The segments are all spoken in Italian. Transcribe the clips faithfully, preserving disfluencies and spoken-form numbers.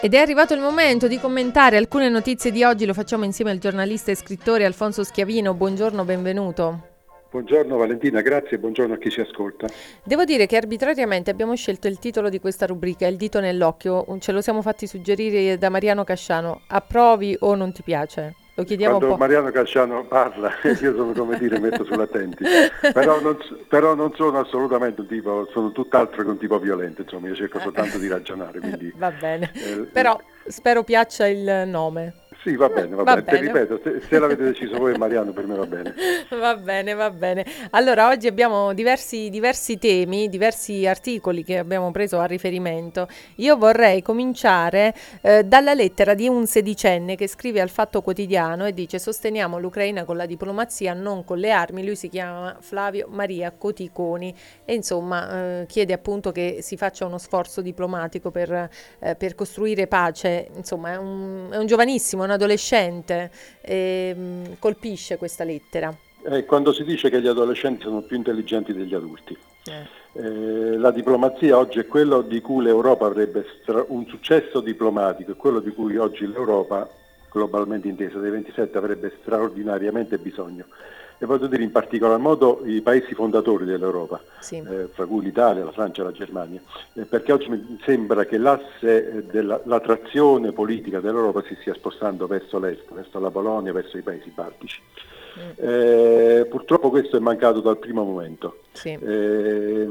Ed è arrivato il momento di commentare alcune notizie di oggi, lo facciamo insieme al giornalista e scrittore Alfonso Schiavino. Buongiorno, benvenuto. Buongiorno Valentina, grazie e buongiorno a chi ci ascolta. Devo dire che arbitrariamente abbiamo scelto il titolo di questa rubrica, Il dito nell'occhio, ce lo siamo fatti suggerire da Mariano Casciano. Approvi o non ti piace? Lo chiediamo Quando un po'. Mariano Casciano parla, io sono, come dire, metto sull'attenti, però non, però non sono assolutamente un tipo, sono tutt'altro che un tipo violento, insomma, io cerco soltanto di ragionare, quindi... Va bene, eh, però spero piaccia il nome. Sì, va bene, va, Va bene, te bene. ripeto, se, se l'avete deciso voi e Mariano per me va bene. Va bene, va bene. Allora, oggi abbiamo diversi, diversi temi, diversi articoli che abbiamo preso a riferimento. Io vorrei cominciare eh, dalla lettera di un sedicenne che scrive al Fatto Quotidiano e dice: sosteniamo l'Ucraina con la diplomazia, non con le armi. Lui si chiama Flavio Maria Coticoni e insomma eh, chiede appunto che si faccia uno sforzo diplomatico per, eh, per costruire pace. Insomma, è un, è un giovanissimo, un adolescente, e mh, colpisce questa lettera. Eh, quando si dice che gli adolescenti sono più intelligenti degli adulti. Eh. Eh, la diplomazia oggi è quello di cui l'Europa avrebbe stra- un successo diplomatico, è quello di cui oggi l'Europa, globalmente intesa, dei ventisette, avrebbe straordinariamente bisogno. E voglio dire in particolar modo i paesi fondatori dell'Europa, Sì. eh, fra cui l'Italia, la Francia e la Germania, eh, perché oggi mi sembra che l'asse della la trazione politica dell'Europa si stia spostando verso l'est, verso la Polonia, verso i paesi baltici. Mm. Eh, purtroppo questo è mancato dal primo momento. Sì. Eh,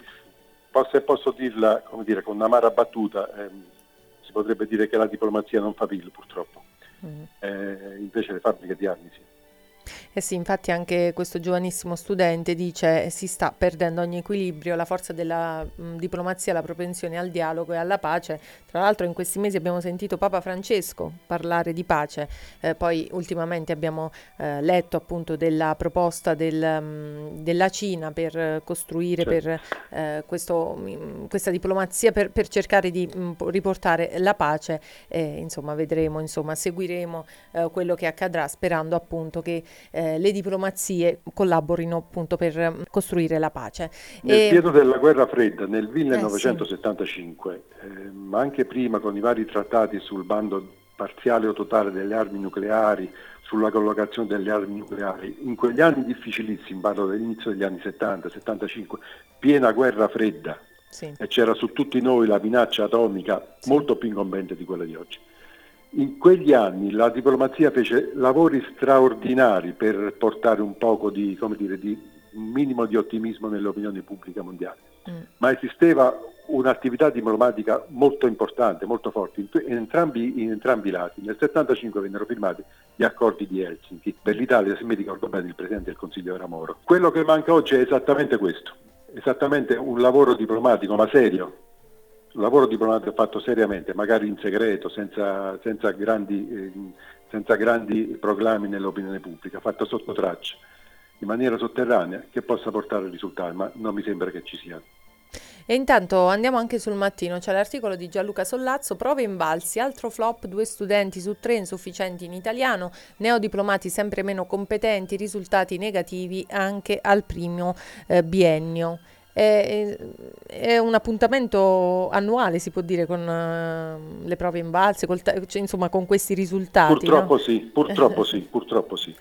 se posso dirla, come dire, con un'amara battuta, eh, si potrebbe dire che la diplomazia non fa P I L, purtroppo. Mm. Eh, invece le fabbriche di armi sì. Eh sì, infatti anche questo giovanissimo studente dice si sta perdendo ogni equilibrio, la forza della mh, diplomazia, la propensione al dialogo e alla pace. Tra l'altro in questi mesi abbiamo sentito Papa Francesco parlare di pace, eh, poi ultimamente abbiamo eh, letto appunto della proposta del, mh, della Cina per costruire certo. per eh, questo, mh, questa diplomazia, per, per cercare di mh, riportare la pace. Eh, insomma vedremo, insomma seguiremo eh, quello che accadrà, sperando appunto che Eh, le diplomazie collaborino appunto per um, costruire la pace. Nel e... pieno della guerra fredda, nel millenovecentosettantacinque, eh, sì. eh, ma anche prima con i vari trattati sul bando parziale o totale delle armi nucleari, sulla collocazione delle armi nucleari, in quegli anni difficilissimi, parlo dell'inizio degli anni settanta settantacinque, piena guerra fredda, sì. E c'era su tutti noi la minaccia atomica, sì. Molto più incombente di quella di oggi. In quegli anni la diplomazia fece lavori straordinari per portare un poco di, come dire, di un minimo di ottimismo nell'opinione pubblica mondiale, mm. ma esisteva un'attività diplomatica molto importante, molto forte, in, in, entrambi, in entrambi i lati. Nel settantacinque vennero firmati gli accordi di Helsinki, per l'Italia, se mi ricordo bene, il Presidente del Consiglio era Moro. Quello che manca oggi è esattamente questo, esattamente un lavoro diplomatico, ma serio. Un lavoro diplomatico fatto seriamente, magari in segreto, senza, senza, grandi, eh, senza grandi proclami nell'opinione pubblica, fatto sotto traccia, in maniera sotterranea, che possa portare risultati, ma non mi sembra che ci sia. E intanto andiamo anche sul Mattino, c'è l'articolo di Gianluca Sollazzo, prove invalsi, altro flop, due studenti su tre insufficienti in italiano, neodiplomati sempre meno competenti, risultati negativi anche al primo eh, biennio. È, è un appuntamento annuale, si può dire, con uh, le prove invalse, col ta- cioè, insomma con questi risultati. Purtroppo no? sì, purtroppo sì, purtroppo sì.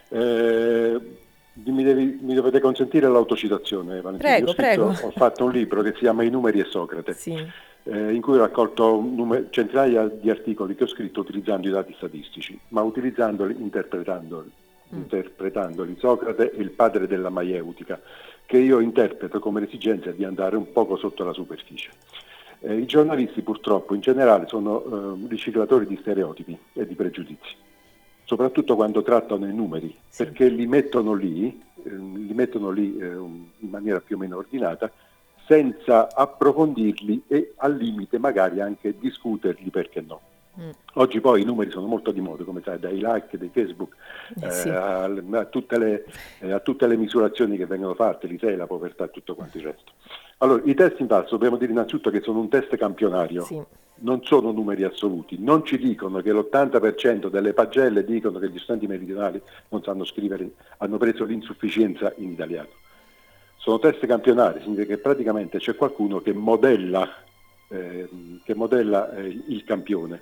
Eh, mi, devi, mi dovete consentire l'autocitazione, Valentina. Prego, Io ho, scritto, prego. Ho fatto un libro che si chiama I numeri e Socrate, sì. eh, in cui ho raccolto numer- centinaia di articoli che ho scritto utilizzando i dati statistici, ma utilizzandoli, interpretandoli. Mm. interpretandoli Socrate è il padre della maieutica, che io interpreto come l'esigenza di andare un poco sotto la superficie. Eh, I giornalisti purtroppo in generale sono eh, riciclatori di stereotipi e di pregiudizi, soprattutto quando trattano i numeri, sì. Perché li mettono lì, eh, li mettono lì eh, in maniera più o meno ordinata, senza approfondirli e al limite magari anche discuterli, perché no. Mm. Oggi poi i numeri sono molto di moda, come sai, dai like dei Facebook eh, sì. a, a, tutte le, eh, a tutte le misurazioni che vengono fatte, l'I S E E, la povertà e tutto quanto il resto. Allora, i test in falso dobbiamo dire innanzitutto che sono un test campionario, sì. Non sono numeri assoluti, non ci dicono che l'ottanta per cento delle pagelle dicono che gli studenti meridionali non sanno scrivere, hanno preso l'insufficienza in italiano. Sono test campionari, significa che praticamente c'è qualcuno che modella eh, che modella eh, il campione.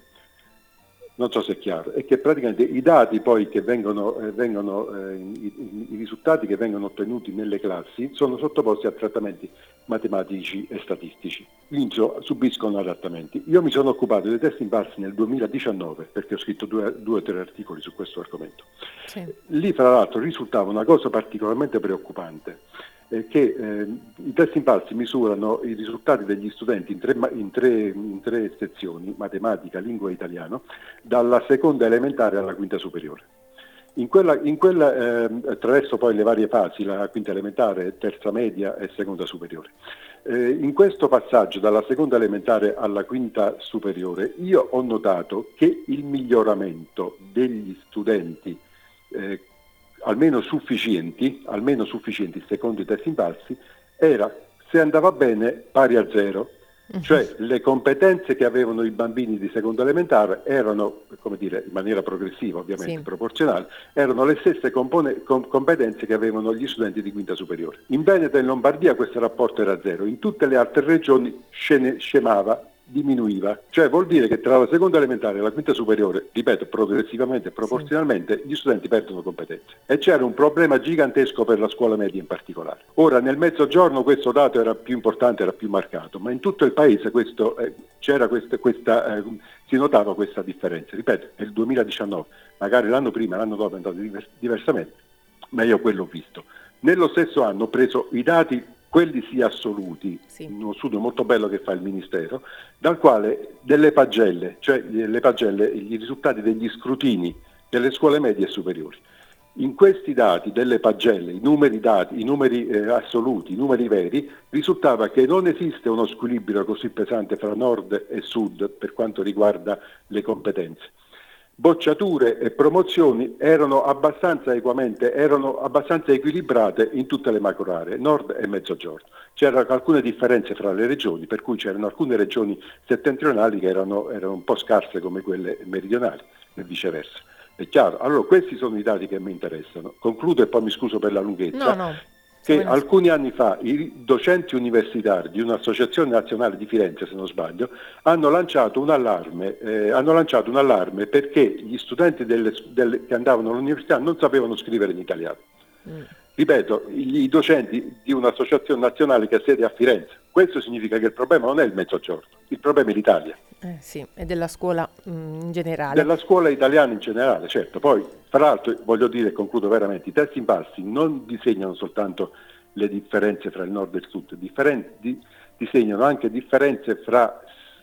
Non so se è chiaro, è che praticamente i dati poi che vengono, eh, vengono eh, i, i risultati che vengono ottenuti nelle classi sono sottoposti a trattamenti matematici e statistici, quindi subiscono adattamenti. Io mi sono occupato dei test imparsi nel duemiladiciannove perché ho scritto due, due o tre articoli su questo argomento. Sì. Lì fra l'altro risultava una cosa particolarmente preoccupante, eh, che eh, i test imparsi misurano i risultati degli studenti in tre, in tre, in tre sezioni, matematica, lingua e italiano, dalla seconda elementare alla quinta superiore. In quella, in quella eh, attraverso poi le varie fasi, la quinta elementare, terza media e seconda superiore. Eh, in questo passaggio dalla seconda elementare alla quinta superiore io ho notato che il miglioramento degli studenti eh, almeno sufficienti, almeno sufficienti secondo i test imparsi, era, se andava bene, pari a zero. Cioè le competenze che avevano i bambini di seconda elementare erano, come dire, in maniera progressiva ovviamente, sì, proporzionale, erano le stesse compone, com, competenze che avevano gli studenti di quinta superiore. In Veneto e in Lombardia questo rapporto era zero, in tutte le altre regioni scene, scemava, diminuiva, cioè vuol dire che tra la seconda elementare e la quinta superiore, ripeto, progressivamente e proporzionalmente, sì, gli studenti perdono competenze. E c'era un problema gigantesco per la scuola media in particolare. Ora nel mezzogiorno questo dato era più importante, era più marcato, ma in tutto il paese questo, eh, c'era questa, questa eh, si notava questa differenza. Ripeto, è il duemiladiciannove, magari l'anno prima, l'anno dopo è andato divers- diversamente, ma io quello ho visto. Nello stesso anno ho preso i dati, quelli sì assoluti, sì, in uno studio molto bello che fa il Ministero, dal quale delle pagelle, cioè le pagelle, i risultati degli scrutini delle scuole medie e superiori. In questi dati delle pagelle, i numeri dati, i numeri eh, assoluti, i numeri veri, risultava che non esiste uno squilibrio così pesante fra nord e sud per quanto riguarda le competenze. Bocciature e promozioni erano abbastanza equamente, erano abbastanza equilibrate in tutte le macro aree, nord e mezzogiorno. C'erano alcune differenze fra le regioni, per cui c'erano alcune regioni settentrionali che erano, erano un po' scarse come quelle meridionali e viceversa. È chiaro? Allora questi sono i dati che mi interessano. Concludo e poi mi scuso per la lunghezza. No, no. Che alcuni anni fa i docenti universitari di un'associazione nazionale di Firenze, se non sbaglio, hanno lanciato un allarme, eh, hanno lanciato un allarme perché gli studenti delle, delle, che andavano all'università non sapevano scrivere in italiano. Mm. Ripeto, i, i docenti di un'associazione nazionale che ha sede a Firenze. Questo significa che il problema non è il mezzogiorno, il problema è l'Italia. Eh sì, e della scuola mh, in generale. Della scuola italiana in generale, certo. Poi, tra l'altro, voglio dire, e concludo veramente, i test imparsi non disegnano soltanto le differenze fra il nord e il sud, differen- di, disegnano anche differenze fra,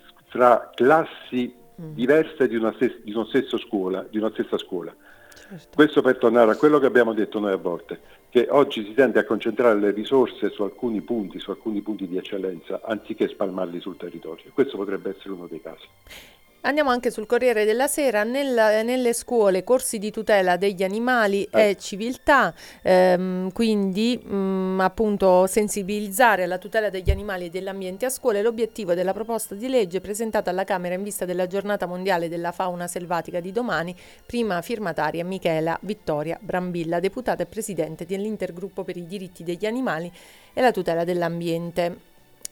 fra classi mm. diverse di una, stes- di una stessa scuola, di una stessa scuola. Certo. Questo per tornare a quello che abbiamo detto noi a volte, che oggi si tende a concentrare le risorse su alcuni punti, su alcuni punti di eccellenza, anziché spalmarli sul territorio. Questo potrebbe essere uno dei casi. Andiamo anche sul Corriere della Sera, nella, nelle scuole corsi di tutela degli animali eh. e civiltà, ehm, quindi mh, appunto sensibilizzare alla tutela degli animali e dell'ambiente a scuola è l'obiettivo della proposta di legge presentata alla Camera in vista della giornata mondiale della fauna selvatica di domani, prima firmataria Michela Vittoria Brambilla, deputata e presidente dell'Intergruppo per i diritti degli animali e la tutela dell'ambiente.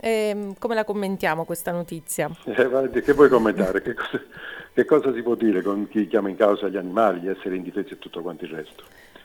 E come la commentiamo questa notizia? Eh, che vuoi commentare? Che cosa, che cosa si può dire con chi chiama in causa gli animali, gli esseri indifesi e tutto quanto il resto?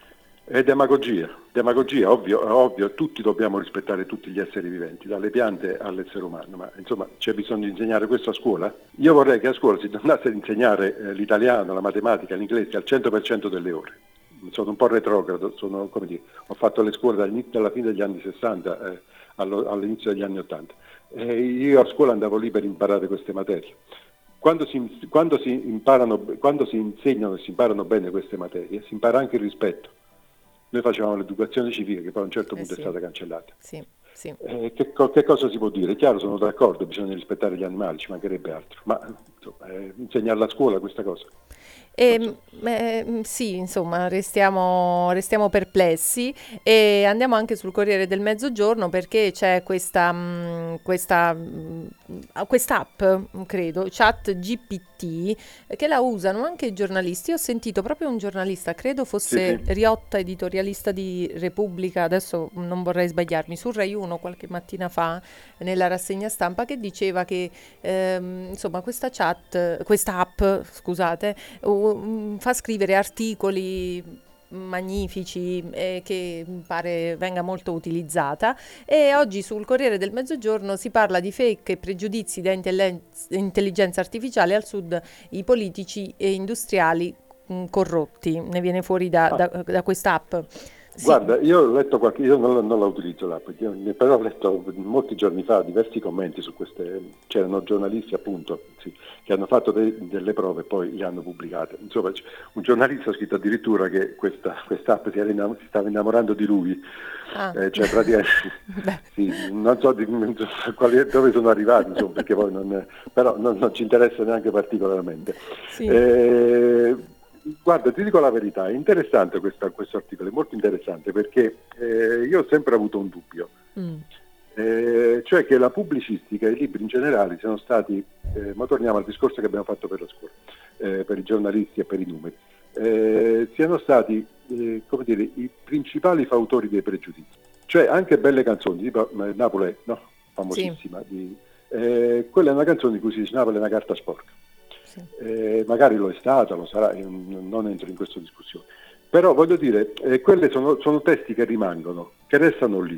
È demagogia, demagogia, ovvio, ovvio, tutti dobbiamo rispettare tutti gli esseri viventi, dalle piante all'essere umano, ma insomma c'è bisogno di insegnare questo a scuola? Io vorrei che a scuola si tornasse ad insegnare eh, l'italiano, la matematica, l'inglese al cento per cento delle ore. Sono un po' retrogrado, sono, come dire, ho fatto le scuole dall'inizio alla fine degli anni sessanta, eh, all'inizio degli anni ottanta. E io a scuola andavo lì per imparare queste materie. Quando si, quando si imparano, quando si insegnano e si imparano bene queste materie, si impara anche il rispetto. Noi facevamo l'educazione civica che poi a un certo punto eh sì. è stata cancellata. Sì, sì. Eh, che, che cosa si può dire? Chiaro, sono d'accordo, bisogna rispettare gli animali, ci mancherebbe altro, ma insomma, eh, insegnarla a scuola questa cosa. E, Non so. mm, eh, mm, sì, insomma, restiamo, restiamo perplessi e andiamo anche sul Corriere del Mezzogiorno perché c'è questa, mm, questa, mm, ah, quest'app, mm, credo, Chat G P T, eh, che la usano anche i giornalisti. Ho sentito proprio un giornalista, credo Sì, fosse sì. Riotta, editorialista di Repubblica, adesso non vorrei sbagliarmi, su Rai uno qualche mattina fa, nella rassegna stampa, che diceva che ehm, insomma questa chat, questa app, scusate, u- mm, fa scrivere articoli magnifici e che mi pare venga molto utilizzata. E oggi sul Corriere del Mezzogiorno si parla di fake e pregiudizi da intellen- intelligenza artificiale, al sud i politici e industriali mm, corrotti. Ne viene fuori da, Ah, da, da quest'app. Sì. guarda, io ho letto qualche, io non, la non la utilizzo l'app, io- però ho letto molti giorni fa diversi commenti su queste, c'erano giornalisti appunto, sì, che hanno fatto de- delle prove e poi le hanno pubblicate. Insomma, c- un giornalista ha scritto addirittura che questa quest'app si, era innam- si stava innamorando di lui, Ah. eh, cioè praticamente, Beh, sì, non so di- non so quali- dove sono arrivati, insomma, perché poi non, però non, non ci interessa neanche particolarmente. sì. Eh, Guarda, ti dico la verità, è interessante questa- questo articolo, è molto interessante perché eh, io ho sempre avuto un dubbio, Mm. eh, cioè che la pubblicistica e i libri in generale siano stati, eh, ma torniamo al discorso che abbiamo fatto per la scuola, eh, per i giornalisti e per i numeri, eh, siano stati, eh, come dire, i principali fautori dei pregiudizi. Cioè anche belle canzoni, tipo eh, Napoli, no? Sì, Famosissima, di, eh, quella è una canzone di cui si dice Napoli è una carta sporca. sì. Eh, magari lo è stata, lo sarà, io non non entro in questa discussione. Però voglio dire, eh, quelli sono, sono testi che rimangono, che restano lì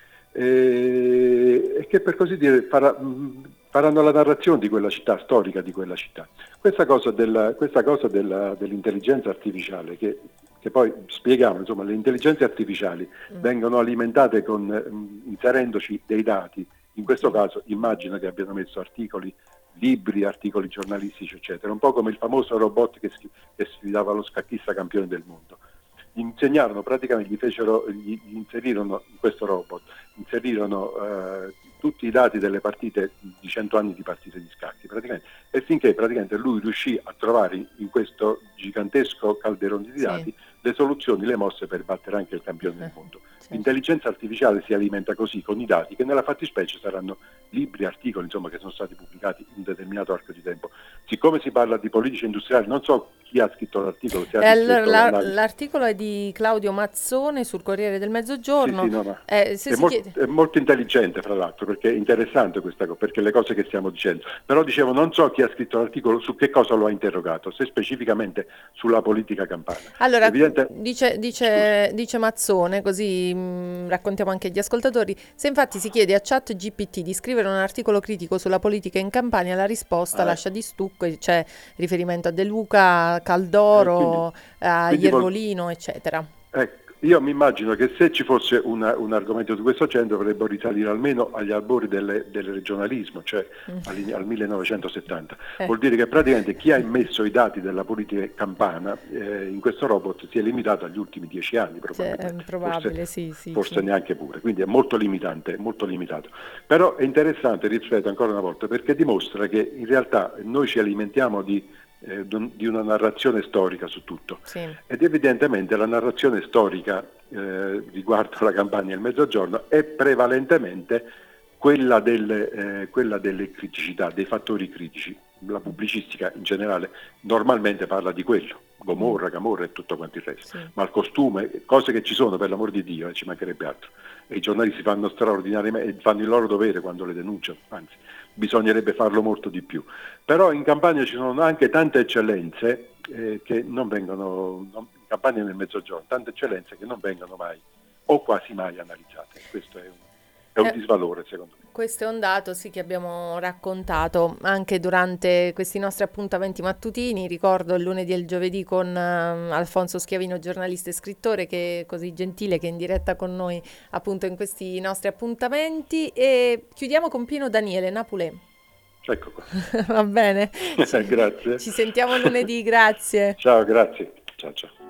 eh, e che per così dire farà- mh, faranno la narrazione di quella città, storica di quella città. Questa cosa, della- questa cosa della- dell'intelligenza artificiale, che, che poi spieghiamo, insomma, le intelligenze artificiali Mm. vengono alimentate con, mh, inserendoci dei dati, in questo Sì. caso immagino che abbiano messo articoli, libri, articoli giornalistici, eccetera, un po' come il famoso robot che, schi- che sfidava lo scacchista campione del mondo. Gli insegnarono praticamente, gli, fecero, gli, gli inserirono in questo robot, inserirono eh, tutti i dati delle partite di cento anni di partite di scacchi, praticamente, e finché praticamente lui riuscì a trovare in questo gigantesco calderone di Sì. dati le soluzioni, le mosse per battere anche il campione del Eh, mondo. certo. L'intelligenza artificiale si alimenta così con i dati, che nella fattispecie saranno libri, articoli, insomma, che sono stati pubblicati in un determinato arco di tempo. Siccome si parla di politici industriali, non so chi ha scritto l'articolo, se ha E allora rifletto la- l'analisi. l'articolo è di Claudio Mazzone sul Corriere del Sì, sì, Mezzogiorno. no, ma Eh, se è, si mol- chiede... è molto intelligente, fra l'altro, perché è interessante questa cosa, perché le cose che stiamo dicendo. Però dicevo, non so chi ha scritto l'articolo, su che cosa lo ha interrogato, se specificamente sulla politica campana. Allora, Evidente, dice, scusa. dice, dice Mazzone, così mh, raccontiamo anche agli ascoltatori, se infatti si chiede a Chat G P T di scrivere un articolo critico sulla politica in Campania, la risposta Ah, lascia ecco. di stucco, e c'è riferimento a De Luca, a Eh, quindi, Caldoro, a quindi vuol- Iervolino, eccetera. Ecco, io mi immagino che se ci fosse una- un argomento di questo genere dovrebbero risalire almeno agli albori delle- del regionalismo, cioè all'ini- al millenovecentosettanta. Eh, Vuol dire che praticamente chi ha immesso i dati della politica campana eh, in questo robot si è limitato agli ultimi dieci anni cioè, è probabilmente, forse, probabile, sì, sì, forse sì. neanche pure, quindi è molto limitante, molto limitato. Però è interessante, ripeto ancora una volta, perché dimostra che in realtà noi ci alimentiamo di eh, d'un- di una narrazione storica su tutto. Sì. Ed evidentemente la narrazione storica eh, riguardo la campagna e il mezzogiorno è prevalentemente quella delle, eh, quella delle criticità, dei fattori critici. La pubblicistica in generale normalmente parla di quello, Mm, Gomorra, Camorra e tutto quanto il resto, sì. ma il costume, cose che ci sono per l'amor di Dio, e ci mancherebbe altro. E i giornalisti fanno straordinariamente, fanno il loro dovere quando le denunciano, anzi bisognerebbe farlo molto di più. Però in Campania ci sono anche tante eccellenze eh, che non vengono, non- in Campania e nel Mezzogiorno, tante eccellenze che non vengono mai o quasi mai analizzate. Questo è un, è un Eh, disvalore secondo me. Questo è un dato, sì, che abbiamo raccontato anche durante questi nostri appuntamenti mattutini. Ricordo il lunedì e il giovedì con eh, Alfonso Schiavino, giornalista e scrittore, che è così gentile, che è in diretta con noi appunto in questi nostri appuntamenti. E chiudiamo con Pino Daniele, Napolè. Ecco qua. Va bene? Ci, Grazie. ci sentiamo lunedì, grazie. Ciao, grazie. Ciao, ciao.